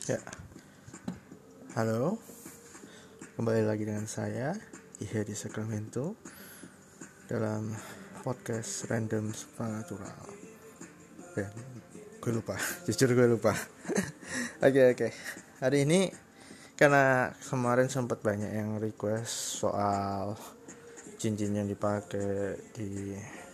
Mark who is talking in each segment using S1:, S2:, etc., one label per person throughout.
S1: Ya, halo, kembali lagi dengan saya Ihe di Sacramento dalam podcast Random Supernatural. Gue lupa, jujur gue lupa. Oke. Hari ini karena kemarin sempat banyak yang request soal cincin yang dipakai di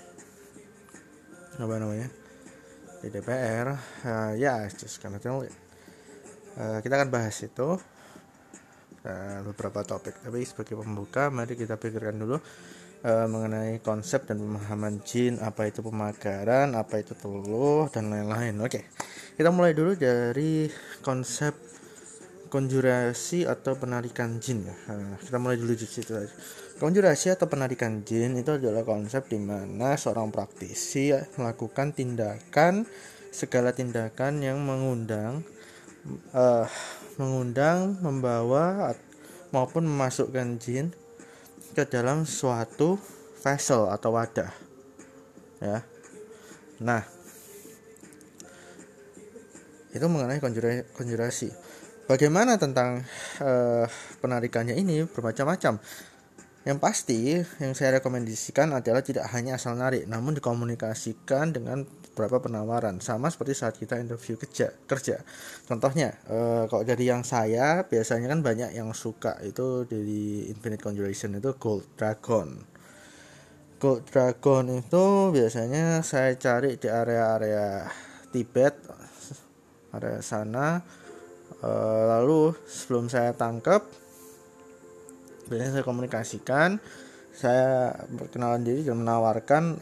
S1: di DPR. Just gonna tell it. Kita akan bahas itu beberapa topik, tapi sebagai pembuka mari kita pikirkan dulu mengenai konsep dan pemahaman jin, apa itu pemagaran, apa itu teluh, dan lain-lain. Oke, kita mulai dulu dari konsep konjurasi atau penarikan jin ya. Kita mulai dulu di situ aja. Konjurasi atau penarikan jin itu adalah konsep di mana seorang praktisi melakukan segala tindakan yang mengundang, membawa maupun memasukkan jin ke dalam suatu vessel atau wadah. Ya. Nah, itu mengenai konjurasi. Bagaimana tentang penarikannya ini bermacam-macam. Yang pasti yang saya rekomendasikan adalah tidak hanya asal narik, namun dikomunikasikan dengan beberapa penawaran, sama seperti saat kita interview kerja. Contohnya, kalau dari yang saya biasanya kan banyak yang suka itu dari Infinite Conjuration itu Gold Dragon itu biasanya saya cari di area-area Tibet, area sana. Lalu sebelum saya tangkap, biasanya saya komunikasikan, saya berkenalan diri dan menawarkan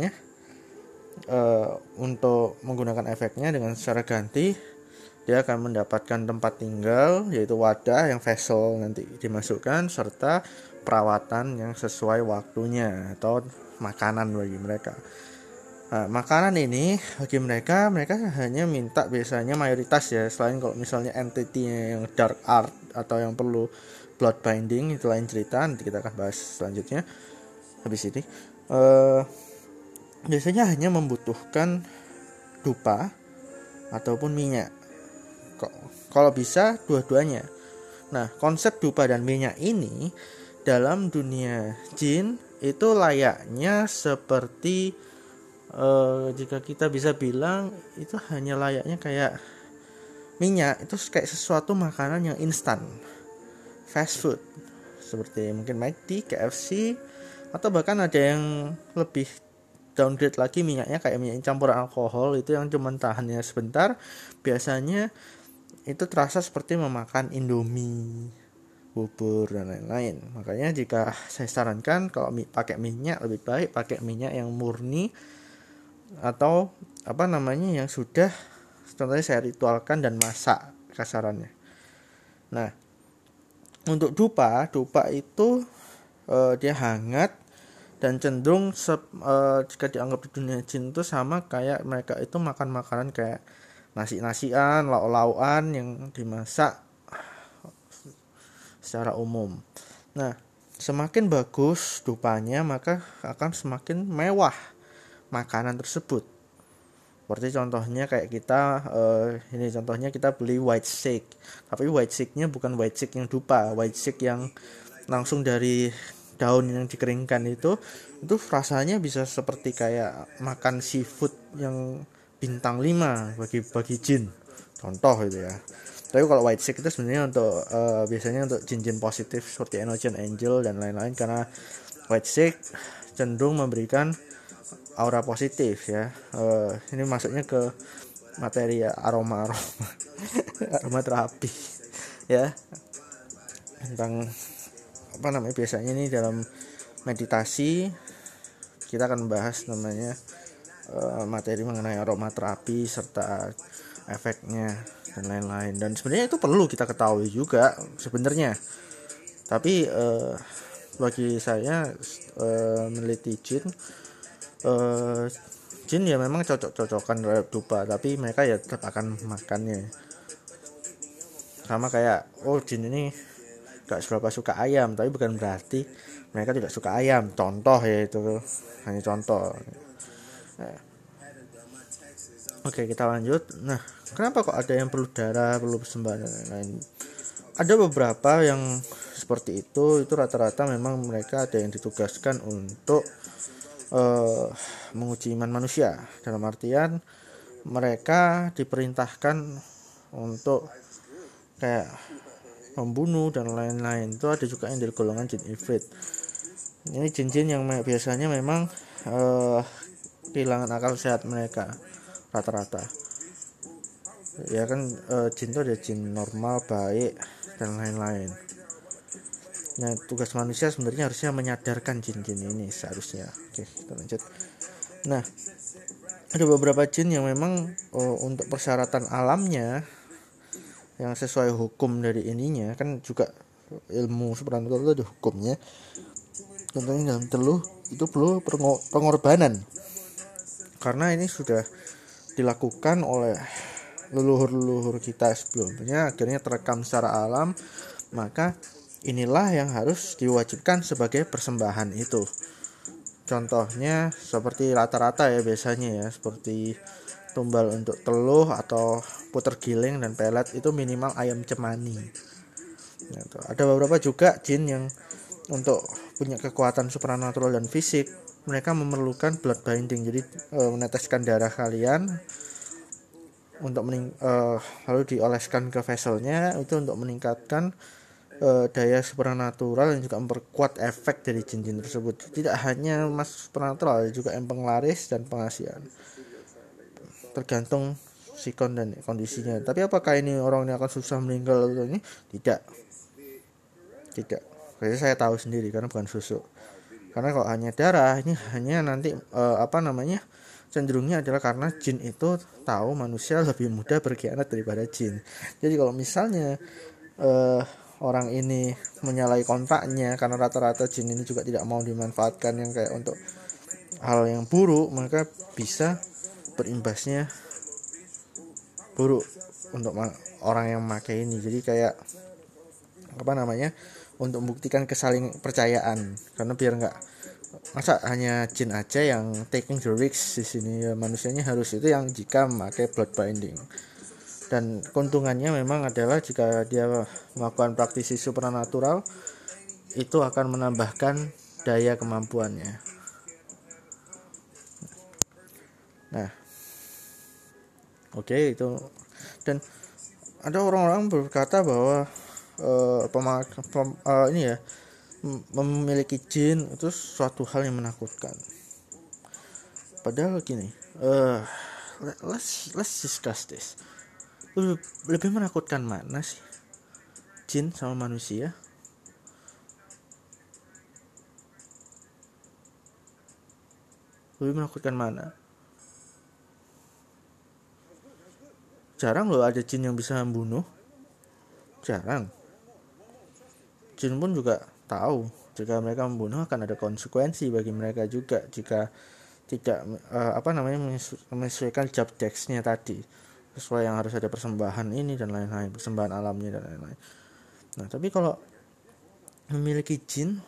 S1: untuk menggunakan efeknya dengan secara ganti dia akan mendapatkan tempat tinggal, yaitu wadah yang vessel nanti dimasukkan, serta perawatan yang sesuai waktunya atau makanan bagi mereka. Nah, makanan ini bagi mereka hanya minta biasanya mayoritas ya, selain kalau misalnya entity-nya yang dark art atau yang perlu blood binding itu lain cerita, nanti kita akan bahas selanjutnya habis ini. Biasanya hanya membutuhkan dupa ataupun minyak, kalau bisa dua-duanya. Nah, konsep dupa dan minyak ini dalam dunia jin itu layaknya seperti jika kita bisa bilang itu hanya layaknya kayak minyak itu kayak sesuatu makanan yang instan, fast food, seperti mungkin McD, KFC, atau bahkan ada yang lebih downgrade lagi minyaknya kayak minyak campuran alkohol itu yang cuma tahannya sebentar. Biasanya itu terasa seperti memakan Indomie, bubur dan lain-lain. Makanya jika saya sarankan kalau pakai minyak, lebih baik pakai minyak yang murni atau yang sudah contohnya saya ritualkan dan masak kasarannya. Nah, untuk dupa itu dia hangat dan cenderung jika dianggap di dunia jin itu sama kayak mereka itu makan makanan kayak nasi-nasian, lauk-laukan yang dimasak secara umum. Nah, semakin bagus dupanya maka akan semakin mewah makanan tersebut. Seperti contohnya kayak kita ini contohnya kita beli white shake, tapi white shake-nya bukan white shake yang dupa, white shake yang langsung dari daun yang dikeringkan itu rasanya bisa seperti kayak makan seafood yang bintang 5 bagi jin. Contoh itu ya. Tapi kalau white shake itu sebenarnya untuk biasanya untuk jin-jin positif seperti Enochian Angel dan lain-lain, karena white shake cenderung memberikan aura positif ya. Ini masuknya ke materi aroma terapi ya, tentang biasanya ini dalam meditasi kita akan membahas materi mengenai aroma terapi serta efeknya dan lain-lain, dan sebenarnya itu perlu kita ketahui juga sebenarnya. Tapi bagi saya meneliti jin ya memang cocok-cocokan terhadap dupa, tapi mereka ya tetap akan makannya. Sama kayak jin ini gak seberapa suka ayam, tapi bukan berarti mereka tidak suka ayam. Contoh ya, itu hanya contoh. Oke, kita lanjut. Nah, kenapa kok ada yang perlu darah, perlu persembahan dan lain-lain? Ada beberapa yang seperti itu rata-rata memang mereka ada yang ditugaskan untuk menguji iman manusia. Dalam artian mereka diperintahkan untuk kayak membunuh dan lain-lain. Itu ada juga yang dari golongan jin ifrit. Ini jin-jin yang biasanya memang kehilangan akal sehat mereka rata-rata. Ya kan, jin itu ada jin normal, baik dan lain-lain. Nah, tugas manusia sebenarnya harusnya menyadarkan jin-jin ini seharusnya. Oke, kita lanjut. Nah, ada beberapa jin yang memang untuk persyaratan alamnya yang sesuai hukum dari ininya kan juga ilmu supranatural itu ada hukumnya. Contohnya dalam teluh itu perlu pengorbanan. Karena ini sudah dilakukan oleh leluhur-leluhur kita sebelumnya, akhirnya terekam secara alam, maka inilah yang harus diwajibkan sebagai persembahan itu. Contohnya seperti rata-rata ya biasanya ya, seperti tumbal untuk teluh atau puter giling dan pelet itu minimal ayam cemani. Gitu. Ada beberapa juga jin yang untuk punya kekuatan supranatural dan fisik, mereka memerlukan blood binding, jadi meneteskan darah kalian untuk lalu dioleskan ke vesselnya itu untuk meningkatkan daya supranatural dan juga memperkuat efek dari jin-jin tersebut. Tidak hanya mas supranatural, juga yang penglaris dan pengasihan. Tergantung sikon dan kondisinya. Tapi apakah ini orang ini akan susah meninggal atau ini? Tidak. Jadi saya tahu sendiri karena bukan susuk. Karena kalau hanya darah ini hanya nanti cenderungnya adalah karena jin itu tahu manusia lebih mudah berkhianat daripada jin. Jadi kalau misalnya orang ini menyalahi kontraknya karena rata-rata jin ini juga tidak mau dimanfaatkan yang kayak untuk hal yang buruk, maka bisa berimbasnya buruk untuk orang yang memakai ini. Jadi kayak untuk membuktikan kesaling percayaan, karena biar nggak masa hanya jin aja yang taking the risks di sini, ya manusianya harus itu yang jika memakai blood binding. Dan keuntungannya memang adalah jika dia melakukan praktisi supernatural itu akan menambahkan daya kemampuannya. Nah, oke, itu. Dan ada orang-orang berkata bahwa memiliki jin itu suatu hal yang menakutkan. Padahal gini, let's discuss this. Lebih menakutkan mana sih, jin sama manusia? Lebih menakutkan mana? Jarang loh ada jin yang bisa membunuh. Jarang. Jin pun juga tahu jika mereka membunuh akan ada konsekuensi bagi mereka juga jika tidak menyesuaikan job desk-nya tadi, sesuai yang harus ada persembahan ini dan lain-lain, persembahan alamnya dan lain-lain. Nah, tapi kalau memiliki jin,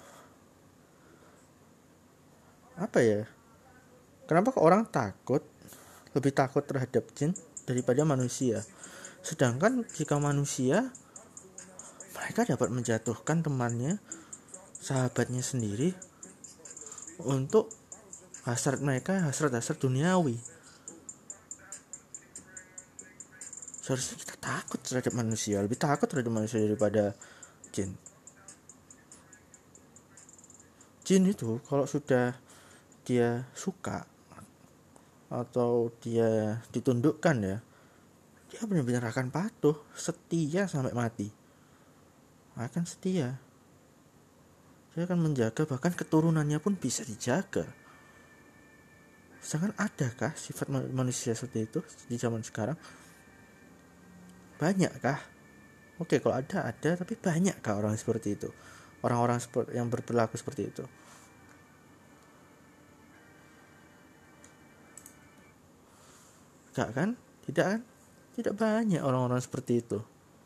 S1: apa ya? Kenapa kok orang lebih takut terhadap jin daripada manusia? Sedangkan jika manusia, mereka dapat menjatuhkan temannya, sahabatnya sendiri untuk hasrat duniawi. Seharusnya kita takut terhadap manusia, lebih takut terhadap manusia daripada jin. Jin itu kalau sudah dia suka atau dia ditundukkan ya, dia benar-benar akan patuh, setia sampai mati. Akan setia. Dia akan menjaga, bahkan keturunannya pun bisa dijaga. Sedangkan adakah sifat manusia seperti itu di zaman sekarang? Banyakkah? Oke, kalau ada, tapi banyakkah orang seperti itu? Orang-orang yang berperilaku seperti itu? Enggak kan? Tidak kan? Tidak banyak orang-orang seperti itu.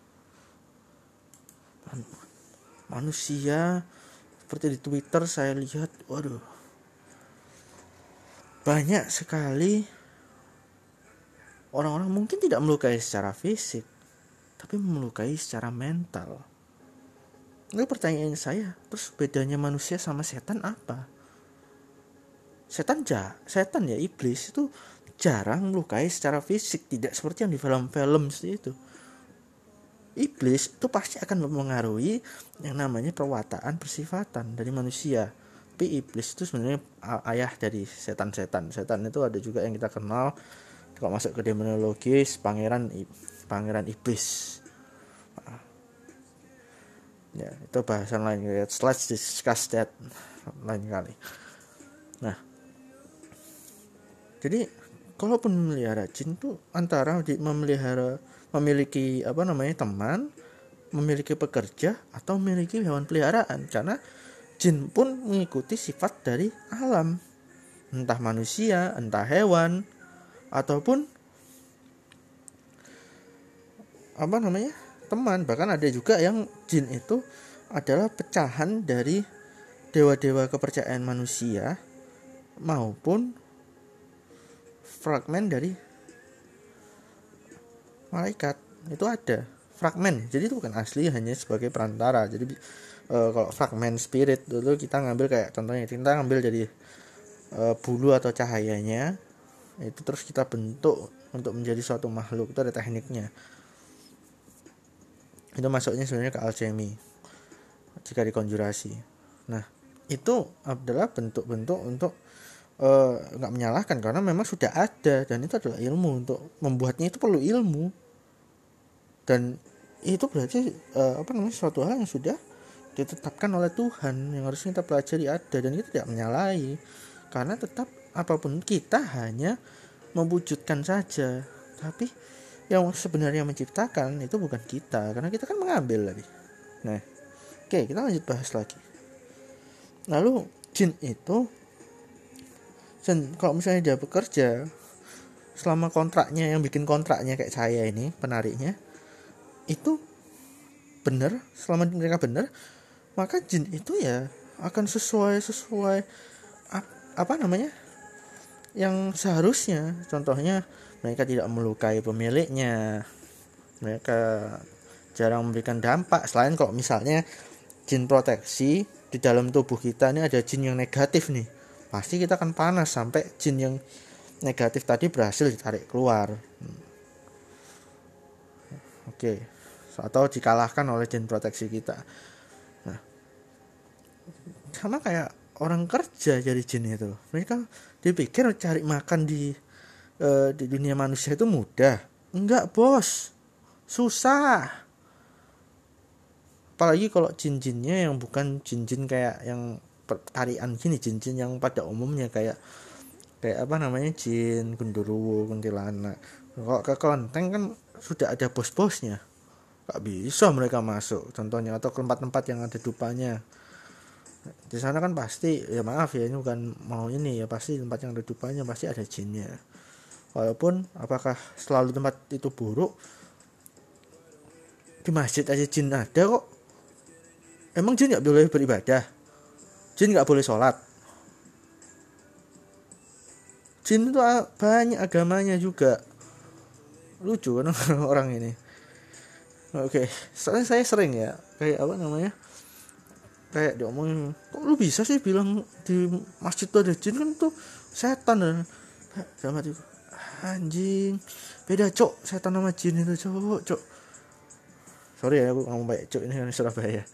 S1: Manusia seperti di Twitter saya lihat, waduh, banyak sekali orang-orang mungkin tidak melukai secara fisik, tapi melukai secara mental. Lalu pertanyaan saya, terus bedanya manusia sama setan apa? Setan ya iblis itu jarang melukai secara fisik, tidak seperti yang di film-film itu. Iblis itu pasti akan mempengaruhi yang namanya perwataan persifatan dari manusia. Tapi iblis itu sebenarnya ayah dari setan-setan. Setan itu ada juga yang kita kenal kalau masuk ke demonologis, pangeran iblis. Ya, itu bahasan lain. Let's discuss that lain kali. Nah, jadi kalaupun memelihara jin itu antara memiliki teman, memiliki pekerja, atau memiliki hewan peliharaan. Karena jin pun mengikuti sifat dari alam, entah manusia, entah hewan, ataupun teman. Bahkan ada juga yang jin itu adalah pecahan dari dewa-dewa kepercayaan manusia maupun fragmen dari malaikat. Itu ada fragmen, jadi itu bukan asli, hanya sebagai perantara. Jadi kalau fragmen spirit dulu kita ngambil kayak contohnya kita ngambil dari bulu atau cahayanya itu, terus kita bentuk untuk menjadi suatu makhluk. Itu ada tekniknya. Itu masuknya sebenarnya ke alchemy jika dikonjurasi. Nah, itu adalah bentuk-bentuk untuk nggak menyalahkan, karena memang sudah ada dan itu adalah ilmu. Untuk membuatnya itu perlu ilmu, dan itu berarti suatu hal yang sudah ditetapkan oleh Tuhan yang harusnya kita pelajari ada, dan kita tidak menyalahi, karena tetap apapun kita hanya mewujudkan saja. Tapi yang sebenarnya menciptakan itu bukan kita, karena kita kan mengambil lagi. Nah, oke, kita lanjut bahas lagi. Lalu jin itu kalau misalnya dia bekerja selama kontraknya, yang bikin kontraknya kayak saya ini, penariknya itu benar, selama mereka benar, maka jin itu ya akan sesuai yang seharusnya. Contohnya mereka tidak melukai pemiliknya, mereka jarang memberikan dampak. Selain kalau misalnya jin proteksi di dalam tubuh kita ini ada jin yang negatif nih, pasti kita akan panas sampai jin yang negatif tadi berhasil ditarik keluar. Oke. Atau dikalahkan oleh jin proteksi kita. Nah, sama kayak orang kerja jadi jin itu, mereka dipikir cari makan di dunia manusia itu mudah. Enggak, bos, susah. Apalagi kalau jin-jinnya yang bukan jin-jin kayak yang tarian gini, jin-jin yang pada umumnya kayak jin genderuwo, kuntilanak. Kalau ke kelenteng kan sudah ada bos-bosnya, gak bisa mereka masuk contohnya, atau ke tempat-tempat yang ada dupanya. Di sana kan pasti, ya maaf ya, ini bukan mau ini ya, pasti tempat yang ada dupanya pasti ada jinnya. Walaupun apakah selalu tempat itu buruk, di masjid aja jin ada kok. Emang jin gak boleh beribadah? Jin gak boleh sholat? Jin itu banyak agamanya juga. Lucu kan orang ini. Oke, soalnya saya sering ya kayak kayak diomongin, kok lu bisa sih bilang di masjid tuh ada jin, kan tuh setan. Dan sama tuh anjing, beda cok, setan sama jin itu cok. Sorry ya aku ngomong baik cok, ini kan Surabaya.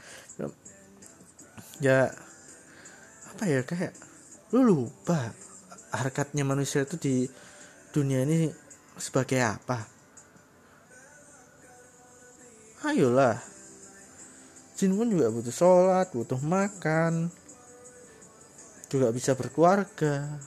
S1: Ya apa ya, kayak lu lupa harkatnya manusia itu di dunia ini sebagai apa. Ayolah, jin pun juga butuh sholat, butuh makan, juga bisa berkeluarga,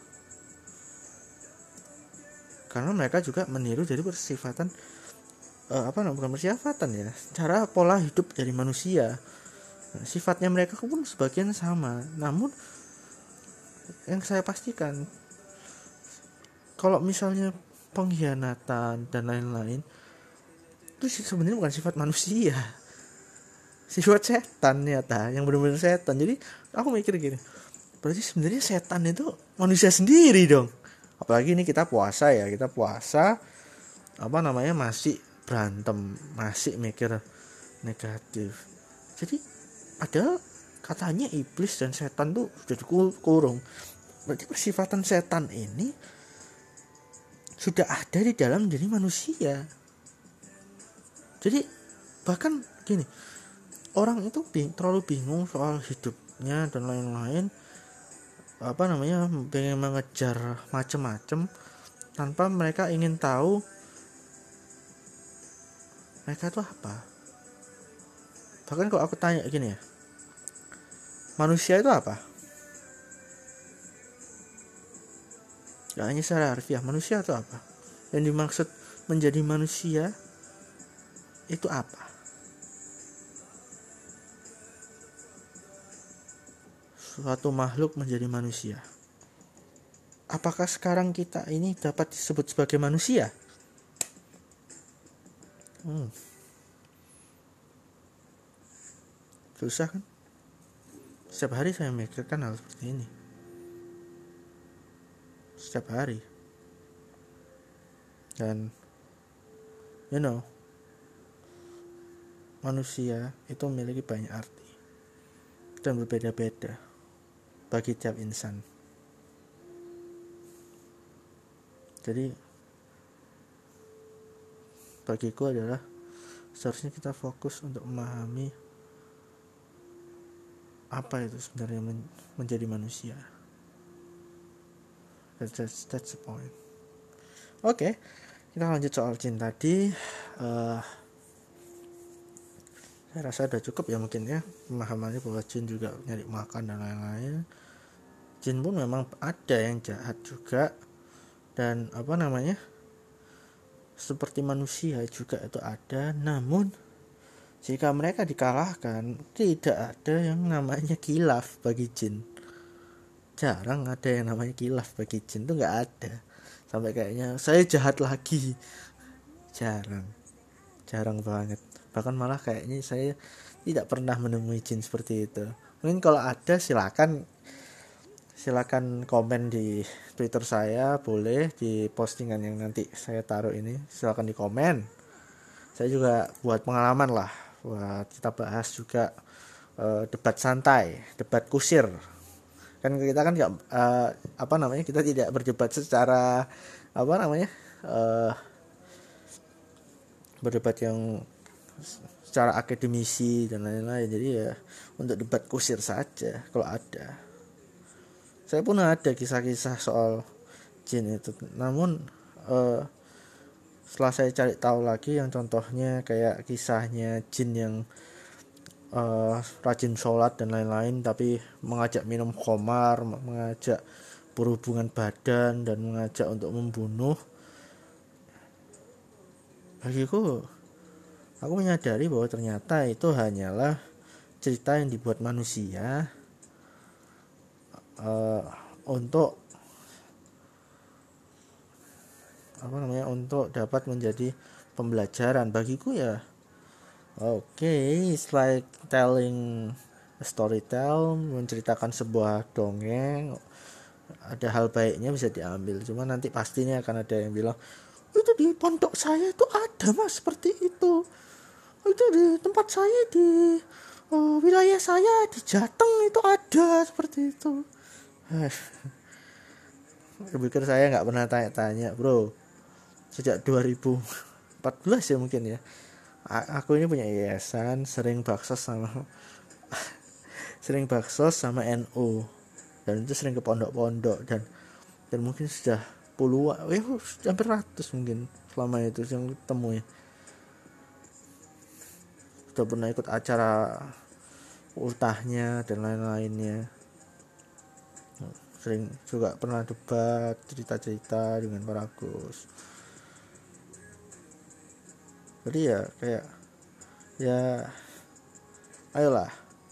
S1: karena mereka juga meniru dari persifatan bukan persifatan ya, cara pola hidup dari manusia. Nah, sifatnya mereka pun sebagian sama. Namun yang saya pastikan, kalau misalnya pengkhianatan dan lain-lain, itu sebenarnya bukan sifat manusia, sifat setan ya, yang benar-benar setan. Jadi aku mikir gini, berarti sebenarnya setan itu manusia sendiri dong. Apalagi ini kita puasa ya, masih berantem, masih mikir negatif. Jadi padahal katanya iblis dan setan tuh sudah dikurung. Berarti persifatan setan ini sudah ada di dalam diri manusia. Jadi bahkan gini, orang itu terlalu bingung soal hidupnya dan lain-lain, pengen mengejar macam-macam tanpa mereka ingin tahu mereka itu apa. Bahkan kalau aku tanya gini ya, manusia itu apa? Gak hanya secara harfiah, manusia itu apa? Yang dimaksud menjadi manusia itu apa? Suatu makhluk menjadi manusia. Apakah sekarang kita ini dapat disebut sebagai manusia? Susah kan? Setiap hari saya memikirkan hal seperti ini. Setiap hari. Dan manusia itu memiliki banyak arti dan berbeda-beda bagi tiap insan. Jadi bagiku adalah seharusnya kita fokus untuk memahami apa itu sebenarnya menjadi manusia. That's the point. Oke, kita lanjut soal jin tadi. Saya rasa udah cukup ya mungkin ya pemahamannya bahwa jin juga nyari makan dan lain-lain. Jin pun memang ada yang jahat juga, dan seperti manusia juga itu ada. Namun jika mereka dikalahkan, tidak ada yang namanya khilaf bagi jin. Jarang ada yang namanya khilaf bagi jin, tuh nggak ada. Sampai kayaknya saya jahat lagi, jarang banget. Bahkan malah kayaknya saya tidak pernah menemui jin seperti itu. Mungkin kalau ada silakan komen di Twitter saya, boleh di postingan yang nanti saya taruh ini, silakan di komen. Saya juga buat pengalaman lah, buat kita bahas juga debat santai, debat kusir. Kan kita kan nggak kita tidak berdebat secara berdebat yang secara akademisi dan lain-lain. Jadi ya untuk debat kusir saja kalau ada. Saya pun ada kisah-kisah soal jin itu. Namun setelah saya cari tahu lagi yang contohnya kayak kisahnya jin yang rajin sholat dan lain-lain, tapi mengajak minum khamar, mengajak berhubungan badan, dan mengajak untuk membunuh. Bagiku, aku menyadari bahwa ternyata itu hanyalah cerita yang dibuat manusia untuk untuk dapat menjadi pembelajaran. Bagiku ya it's like telling a storytell, menceritakan sebuah dongeng. Ada hal baiknya bisa diambil, cuma nanti pastinya akan ada yang bilang, itu di pondok saya itu ada mas seperti itu di tempat saya, di wilayah saya di Jateng itu ada seperti itu. Berpikir saya nggak pernah tanya-tanya bro, sejak 2014 ya mungkin ya. Aku ini punya yayasan, sering baksos sama NU, dan itu sering ke pondok-pondok, dan mungkin sudah puluhan, hampir ratus mungkin selama itu yang ketemu ya. Sudah pernah ikut acara ultahnya dan lain-lainnya. Sering juga pernah debat, cerita-cerita dengan para Gus. Jadi ya kayak ayolah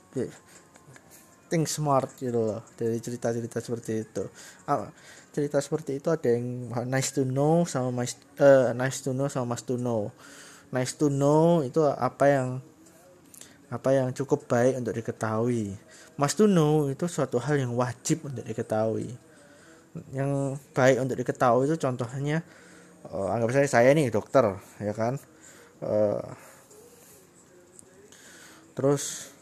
S1: think smart gitu loh dari cerita-cerita seperti itu. Cerita seperti itu ada yang nice to know sama must to know. Nice to know itu apa yang cukup baik untuk diketahui. Must to know itu suatu hal yang wajib untuk diketahui. Yang baik untuk diketahui itu contohnya Anggap saya nih dokter, ya kan. Eh, Terus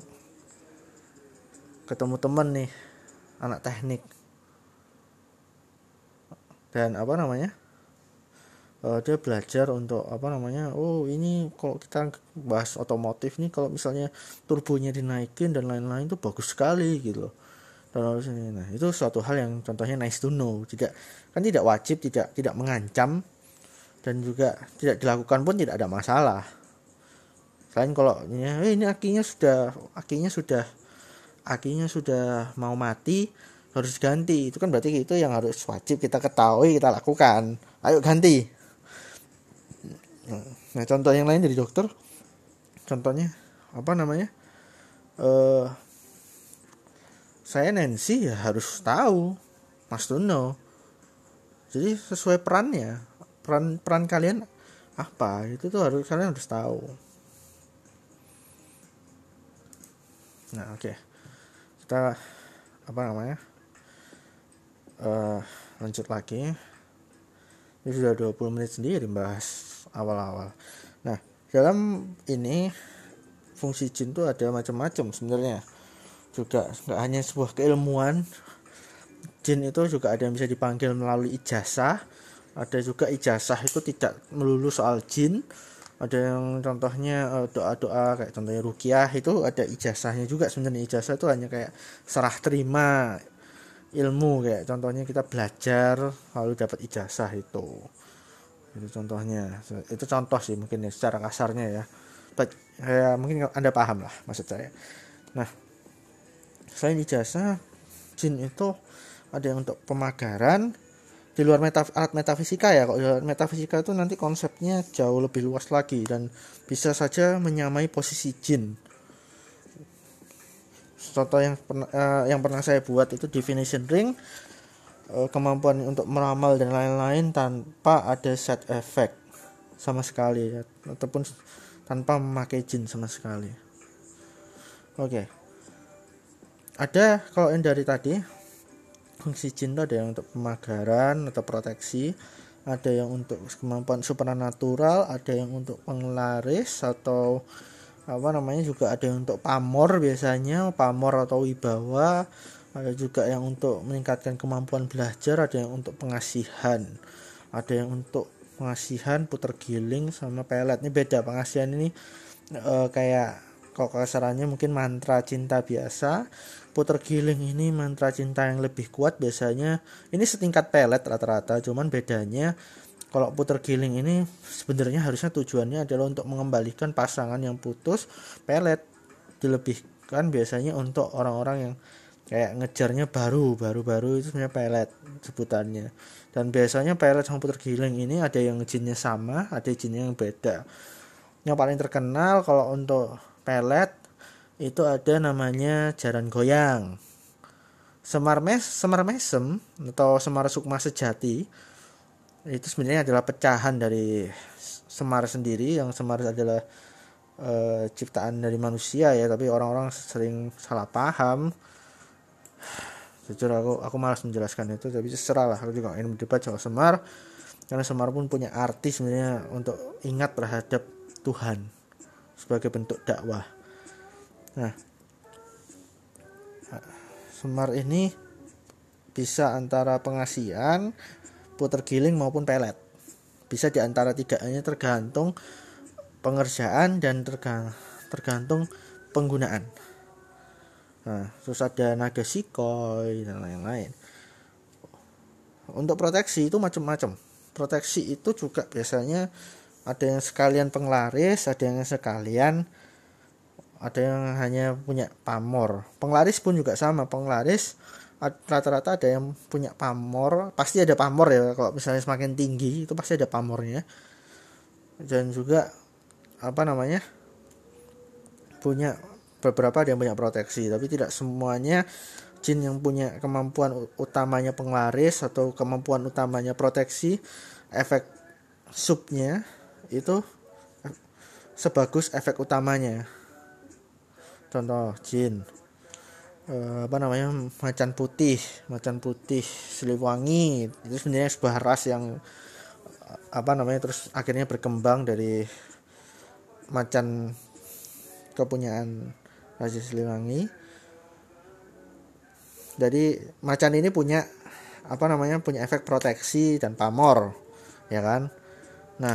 S1: ketemu temen nih anak teknik, dan apa namanya, dia belajar untuk apa namanya, oh ini kalau kita bahas otomotif nih, kalau misalnya turbonya dinaikin dan lain-lain tuh bagus sekali gitu loh. Dan harus ini, nah itu suatu hal yang contohnya nice to know, tidak kan, tidak wajib, tidak mengancam, dan juga tidak dilakukan pun tidak ada masalah. Selain kalau ini akinya sudah mau mati, harus ganti, itu kan berarti itu yang harus wajib kita ketahui, kita lakukan, ayo ganti. Nah contoh yang lain dari dokter, contohnya apa namanya, eh saya Nancy ya harus tahu, Mas Tuno, jadi sesuai perannya, peran kalian apa, itu tuh kalian harus tahu. Nah oke, kita apa namanya, lanjut lagi. Ini sudah 20 menit sendiri bahas awal-awal. Nah, dalam ini fungsi jin itu ada macam-macam sebenarnya. Juga nggak hanya sebuah keilmuan. Jin itu juga ada yang bisa dipanggil melalui ijazah. Ada juga ijazah itu tidak melulu soal jin. Ada yang contohnya doa-doa kayak contohnya ruqyah, itu ada ijazahnya juga sebenarnya. Ijazah itu hanya kayak serah terima ilmu, kayak contohnya kita belajar lalu dapat ijazah itu contohnya. Itu contoh sih mungkin ya, secara kasarnya ya, ya mungkin Anda paham lah maksud saya. Nah selain ijazah, jin itu ada yang untuk pemagaran di luar alat metafisika ya. Kalau metafisika itu nanti konsepnya jauh lebih luas lagi dan bisa saja menyamai posisi jin. Contoh yang pernah saya buat itu divination ring, kemampuan untuk meramal dan lain-lain tanpa ada side effect sama sekali ya, ataupun tanpa memakai jin sama sekali. Oke. Ada kalau yang dari tadi fungsi jin itu ada yang untuk pemagaran atau proteksi, ada yang untuk kemampuan supernatural, ada yang untuk penglaris atau apa namanya, juga ada yang untuk pamor, biasanya pamor atau wibawa, ada juga yang untuk meningkatkan kemampuan belajar, ada yang untuk pengasihan, ada yang untuk pengasihan puter giling sama pelet. Ini beda, pengasihan ini kayak kalau kasarannya mungkin mantra cinta biasa, puter giling ini mantra cinta yang lebih kuat biasanya. Ini setingkat pelet rata-rata, cuman bedanya kalau puter giling ini sebenarnya harusnya tujuannya adalah untuk mengembalikan pasangan yang putus. Pelet dilebihkan biasanya untuk orang-orang yang kayak ngejarnya baru itu sebenarnya pelet sebutannya. Dan biasanya pelet sama puter giling ini ada yang jinnya sama, ada jinnya yang beda. Yang paling terkenal kalau untuk pelet itu ada namanya jaran goyang, semar mesem atau semar sukma sejati. Itu sebenarnya adalah pecahan dari semar sendiri, yang semar adalah ciptaan dari manusia ya, tapi orang-orang sering salah paham. Jujur aku malas menjelaskan itu, tapi terserah lah, aku juga ingin berdebat soal semar, karena semar pun punya arti sebenarnya untuk ingat terhadap Tuhan sebagai bentuk dakwah. Nah, semar ini bisa antara pengasihan, puter giling maupun pelet. Bisa di antara tiganya, tergantung pengerjaan dan tergantung penggunaan. Nah, terus ada naga sikoi dan lain-lain. Untuk proteksi itu macam-macam. Proteksi itu juga biasanya ada yang sekalian penglaris, ada yang sekalian, ada yang hanya punya pamor. Penglaris pun juga sama. Penglaris rata-rata ada yang punya pamor, pasti ada pamor ya, kalau misalnya semakin tinggi itu pasti ada pamornya. Dan juga apa namanya, punya beberapa ada yang punya proteksi, tapi tidak semuanya jin yang punya kemampuan utamanya penglaris atau kemampuan utamanya proteksi, efek subnya itu sebagus efek utamanya. Contoh jin apa namanya, macan putih Siliwangi, itu sebenarnya sebuah ras yang terus akhirnya berkembang dari macan kepunyaan Raja Siliwangi. Jadi macan ini punya punya efek proteksi dan pamor, ya kan? Nah,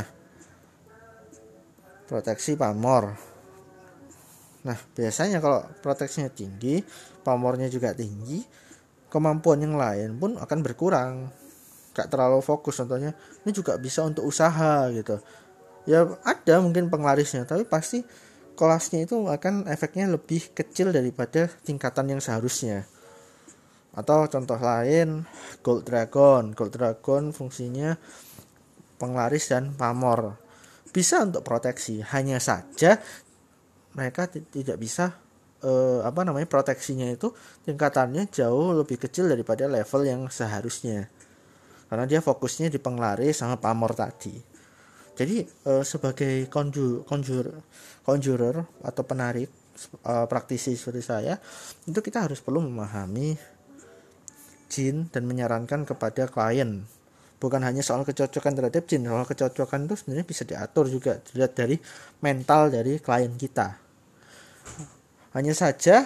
S1: proteksi pamor. Nah, biasanya kalau proteksinya tinggi, pamornya juga tinggi, kemampuan yang lain pun akan berkurang. Gak terlalu fokus, contohnya ini juga bisa untuk usaha gitu. Ya ada mungkin penglarisnya, tapi pasti kelasnya itu akan efeknya lebih kecil daripada tingkatan yang seharusnya. Atau contoh lain, Gold Dragon fungsinya penglaris dan pamor, bisa untuk proteksi, hanya saja mereka tidak bisa proteksinya itu tingkatannya jauh lebih kecil daripada level yang seharusnya, karena dia fokusnya di penglaris sama pamor tadi. Jadi sebagai conjurer atau penarik praktisi seperti saya, itu kita harus perlu memahami jin dan menyarankan kepada klien. Bukan hanya soal kecocokan terhadap jin, soal kecocokan itu sebenarnya bisa diatur juga dilihat dari mental dari klien kita. Hanya saja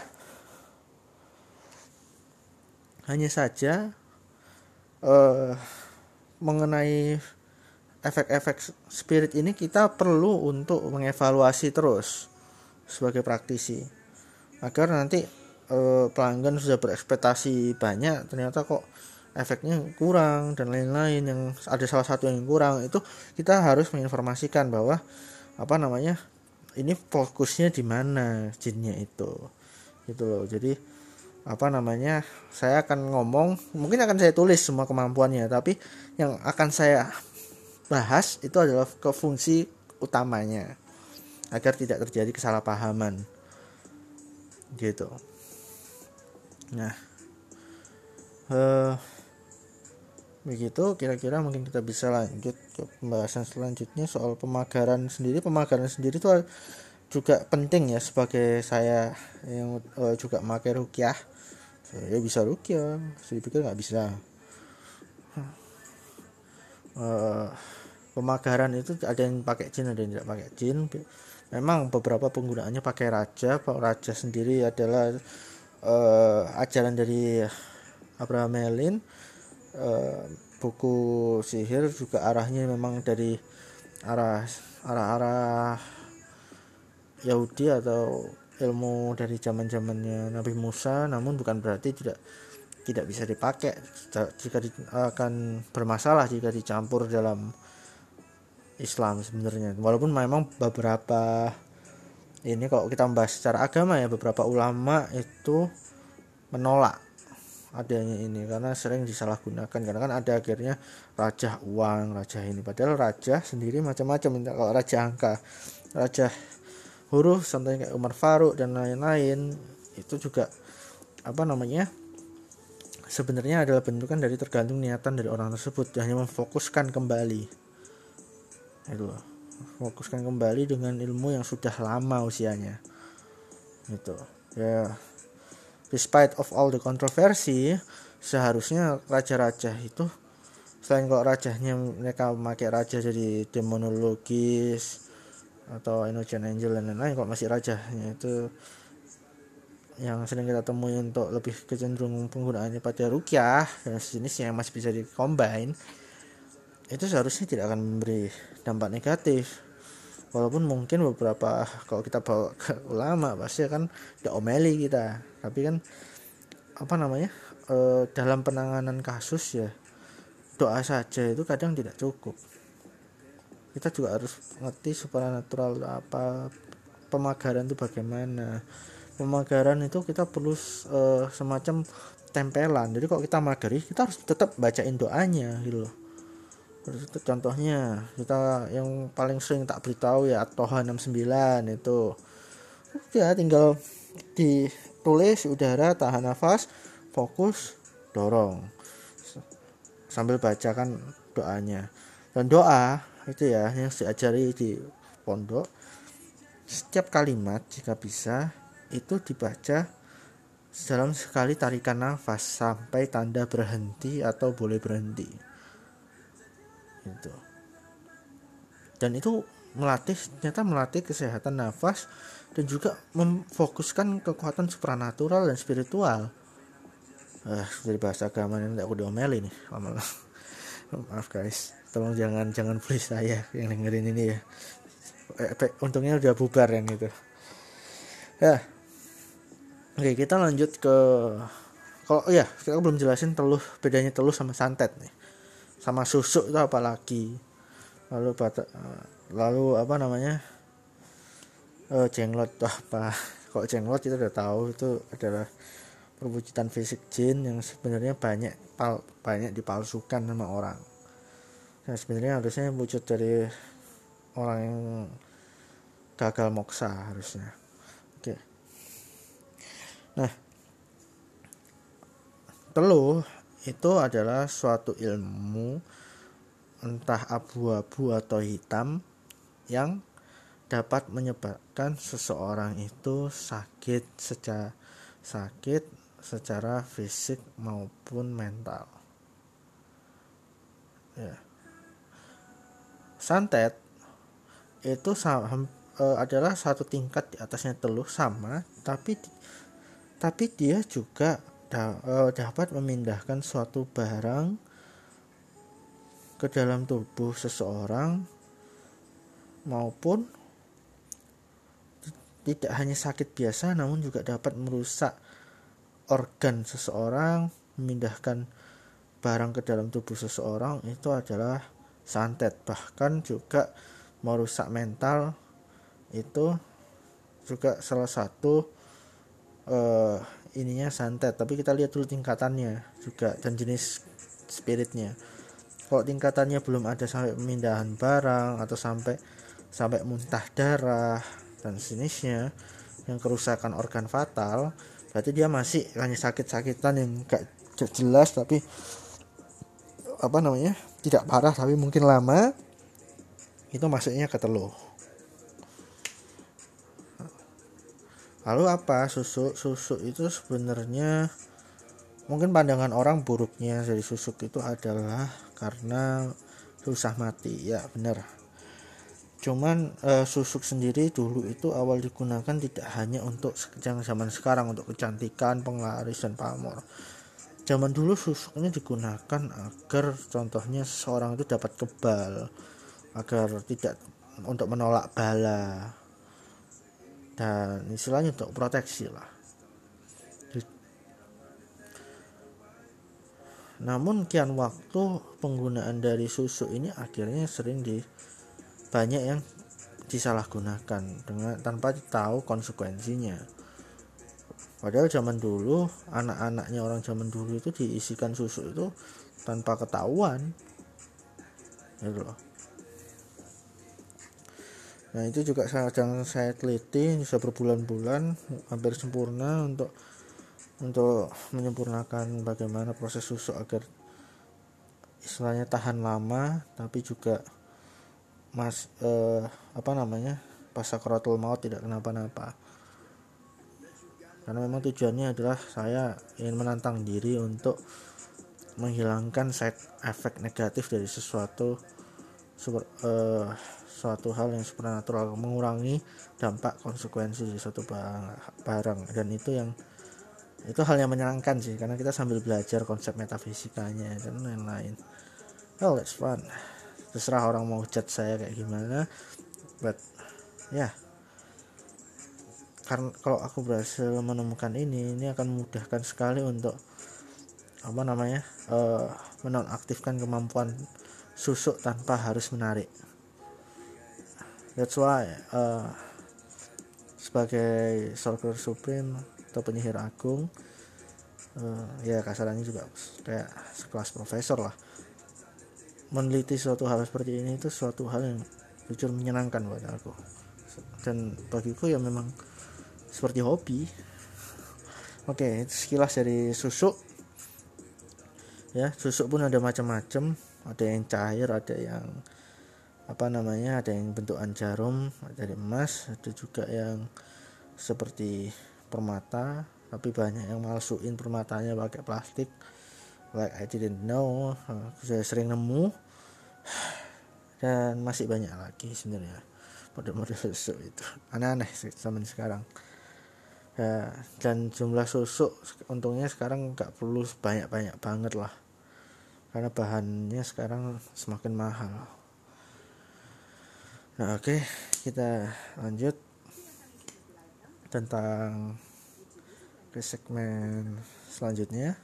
S1: mengenai efek-efek spirit ini kita perlu untuk mengevaluasi terus sebagai praktisi, agar nanti pelanggan sudah berekspektasi banyak, ternyata kok efeknya kurang dan lain-lain, yang ada salah satu yang kurang, itu kita harus menginformasikan bahwa ini fokusnya di mana jinnya itu, gitu loh. Jadi saya akan ngomong, mungkin akan saya tulis semua kemampuannya, tapi yang akan saya bahas itu adalah ke fungsi utamanya, agar tidak terjadi kesalahpahaman gitu. Nah, begitu kira-kira mungkin kita bisa lanjut ke pembahasan selanjutnya soal pemagaran sendiri. Pemagaran sendiri itu juga penting ya, sebagai saya yang juga memakai ruqyah. Saya bisa ruqyah, saya pikir nggak bisa. Pemagaran itu ada yang pakai jin, ada yang tidak pakai jin. Memang beberapa penggunaannya pakai raja. Raja sendiri adalah ajaran dari Abraham Merlin. Buku sihir juga arahnya memang dari arah Yahudi atau ilmu dari zaman-zamannya Nabi Musa, namun bukan berarti tidak bisa dipakai, jika akan bermasalah jika dicampur dalam Islam sebenarnya. Walaupun memang beberapa ini, kalau kita membahas secara agama ya, beberapa ulama itu menolak adanya ini karena sering disalahgunakan, karena kan ada akhirnya raja uang, raja ini, padahal raja sendiri macam-macam. Kalau raja angka, raja huruf, contohnya kayak Umar Faruk dan lain-lain, itu juga sebenarnya adalah bentukan dari tergantung niatan dari orang tersebut, hanya memfokuskan kembali itu, fokuskan kembali dengan ilmu yang sudah lama usianya gitu ya. Despite of all the controversy, seharusnya raja-raja itu, selain kalau rajanya mereka memakai raja jadi demonologis atau Inocean Angel dan lain-lain, kalau masih rajanya itu yang sering kita temui untuk lebih kecenderungan penggunaannya pada ruqyah dan sejenisnya yang masih bisa di-combine, itu seharusnya tidak akan memberi dampak negatif. Walaupun mungkin beberapa, kalau kita bawa ke ulama pasti kan diomeli kita, tapi kan dalam penanganan kasus ya, doa saja itu kadang tidak cukup. Kita juga harus ngerti supranatural pemagaran itu bagaimana. Pemagaran itu kita perlu semacam tempelan. Jadi kalau kita magari, kita harus tetap bacain doanya gitu loh. Contohnya kita yang paling sering tak beritahu ya At-Toha 69 itu ya, tinggal ditulis udara, tahan nafas, fokus, dorong sambil bacakan doanya. Dan doa itu ya yang diajari di pondok, setiap kalimat jika bisa itu dibaca dalam sekali tarikan nafas sampai tanda berhenti atau boleh berhenti itu. dan itu ternyata melatih kesehatan nafas dan juga memfokuskan kekuatan supranatural dan spiritual. Dari bahasa agama ini aku diomeli nih lama-lama. Maaf guys, tolong jangan please saya yang dengerin ini ya. Untungnya udah bubar yang itu ya. Oke, kita lanjut ke kita belum jelasin bedanya teluh sama santet nih, sama susu itu apalagi, lalu apa namanya, jenglot apa. Kok jenglot kita udah tahu itu adalah perwujudan fisik jin yang sebenarnya banyak dipalsukan sama orang. Nah, sebenarnya harusnya wujud dari orang yang gagal moksa harusnya. Oke. Nah, teluh itu adalah suatu ilmu entah abu-abu atau hitam yang dapat menyebabkan seseorang itu sakit secara fisik maupun mental. Ya. Santet itu adalah satu tingkat di atasnya teluh sama, tapi dia juga dapat memindahkan suatu barang ke dalam tubuh seseorang, maupun tidak hanya sakit biasa namun juga dapat merusak organ seseorang, memindahkan barang ke dalam tubuh seseorang. Itu adalah santet. Bahkan juga merusak mental, itu juga salah satu ininya santet. Tapi kita lihat dulu tingkatannya juga dan jenis spiritnya. Kalau tingkatannya belum ada sampai pemindahan barang atau sampai muntah darah dan sejenisnya yang kerusakan organ fatal, berarti dia masih hanya sakit-sakitan yang gak jelas, tapi tidak parah tapi mungkin lama, itu masuknya ke teluh. Lalu apa susuk itu sebenarnya, mungkin pandangan orang buruknya dari susuk itu adalah karena susah mati. Ya benar. Cuman susuk sendiri dulu itu awal digunakan tidak hanya untuk zaman sekarang untuk kecantikan, penglaris dan pamor. Zaman dulu susuk ini digunakan agar contohnya seseorang itu dapat kebal, agar tidak, untuk menolak bala, dan istilahnya untuk proteksi lah. Namun kian waktu penggunaan dari susuk ini akhirnya banyak yang disalahgunakan tanpa tahu konsekuensinya. Padahal zaman dulu, anak-anaknya orang zaman dulu itu diisikan susu itu tanpa ketahuan, gitu loh. Nah itu juga sedang saya teliti, bisa berbulan-bulan, hampir sempurna untuk menyempurnakan bagaimana proses susu agar istilahnya tahan lama, tapi juga pas sakaratul maut tidak kenapa-napa. Karena memang tujuannya adalah saya ingin menantang diri untuk menghilangkan side effect negatif dari suatu hal yang supernatural, mengurangi dampak konsekuensi dari suatu barang. Dan itu hal yang menyenangkan sih, karena kita sambil belajar konsep metafisikanya dan lain-lain. Well, that's fun. Terserah orang mau judge saya kayak gimana, but ya, karena kalau aku berhasil menemukan ini akan memudahkan sekali untuk menonaktifkan kemampuan susuk tanpa harus menarik. That's why sebagai Sorcerer Supreme atau penyihir agung, ya kasarannya juga kayak sekelas profesor lah, meneliti suatu hal seperti ini itu suatu hal yang jujur menyenangkan buat aku, dan bagiku ya memang seperti hobi. Oke, sekilas dari susuk ya. Susuk pun ada macam-macam, ada yang cair, ada yang ada yang bentukan jarum, ada dari emas, ada juga yang seperti permata, tapi banyak yang malsuin permatanya pakai plastik. Like I didn't know, saya sering nemu. dan masih banyak lagi sebenarnya model-model susu itu aneh-aneh sih zaman sekarang ya. Dan jumlah susu untungnya sekarang nggak perlu banyak-banyak banget lah, karena bahannya sekarang semakin mahal. Nah oke, kita lanjut tentang ke segmen selanjutnya,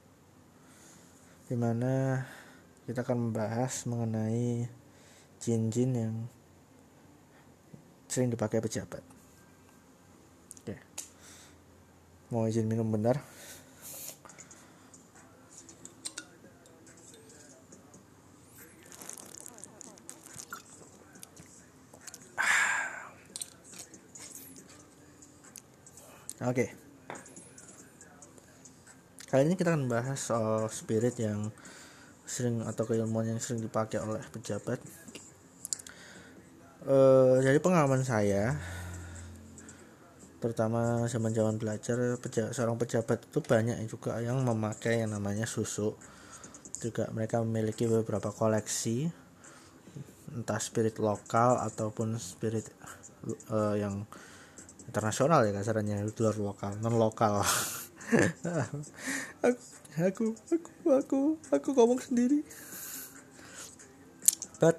S1: dimana kita akan membahas mengenai jin-jin yang sering dipakai pejabat. Oke, mau izin minum bentar. Oke, kali ini kita akan membahas soal spirit yang sering atau keilmuan yang sering dipakai oleh pejabat. Dari pengalaman saya, terutama zaman-zaman belajar, seorang pejabat itu banyak juga yang memakai yang namanya susu. Juga mereka memiliki beberapa koleksi, entah spirit lokal ataupun spirit yang internasional ya kasarnya, di luar lokal, non lokal. aku ngomong sendiri. But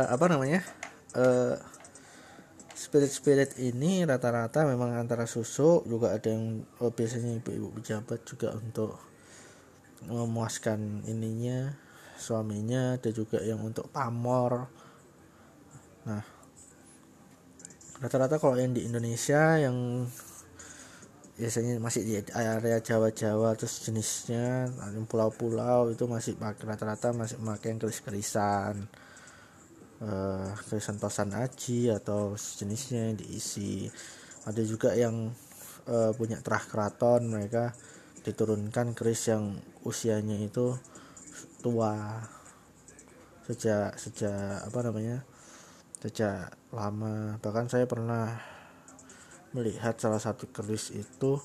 S1: spirit ini rata-rata memang antara susu, juga ada yang biasanya ibu-ibu pejabat juga untuk memuaskan ininya suaminya, ada juga yang untuk pamor. Nah rata-rata kalau yang di Indonesia yang biasanya masih di area Jawa-Jawa terus jenisnya pulau-pulau itu masih rata-rata masih memakai yang keris-kerisan, kerisan tosan aji atau jenisnya yang diisi. Ada juga yang punya terah keraton, mereka diturunkan keris yang usianya itu tua sejak sejak lama. Bahkan saya pernah melihat salah satu keris itu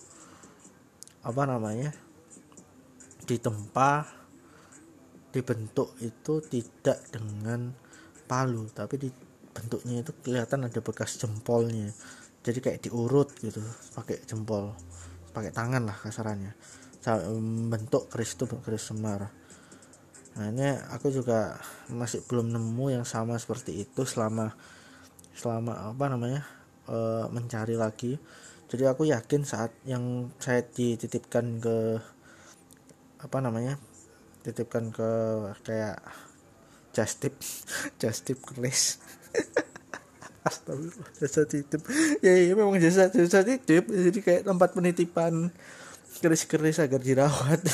S1: dibentuk itu tidak dengan palu, tapi bentuknya itu kelihatan ada bekas jempolnya, jadi kayak diurut gitu pakai jempol, pakai tangan lah kasarannya, bentuk keris itu keris Semar. Nah ini aku juga masih belum nemu yang sama seperti itu selama mencari lagi. Jadi aku yakin saat yang saya dititipkan ke kayak just tip keris. Astagfirullah, jasa titip. Ya memang jasa titip, jadi kayak tempat penitipan keris-keris agar dirawat.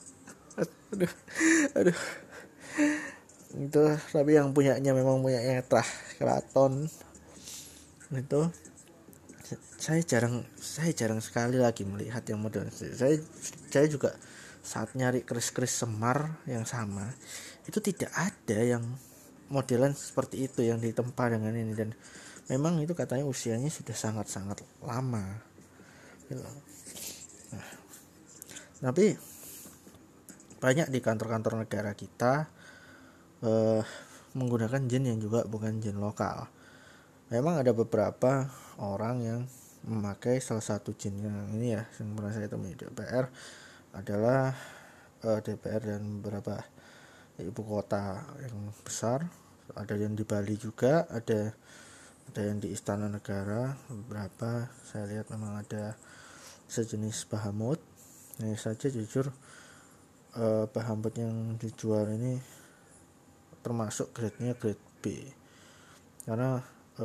S1: aduh itu. Tapi yang punyanya memang punyanya terah keraton itu. Saya jarang sekali lagi melihat yang model. Saya juga saat nyari keris-keris Semar yang sama itu tidak ada yang modelan seperti itu yang ditempa dengan ini, dan memang itu katanya usianya sudah sangat-sangat lama gitu. Nah, tapi banyak di kantor-kantor negara kita menggunakan jin yang juga bukan jin lokal. Memang ada beberapa orang yang memakai salah satu jin yang ini ya, yang pernah saya temui di DPR adalah DPR dan beberapa ibu kota yang besar. Ada yang di Bali juga, ada yang di Istana Negara. Beberapa saya lihat memang ada sejenis Bahamut. Nah saja jujur Bahamut yang dijual ini termasuk grade-nya grade B, karena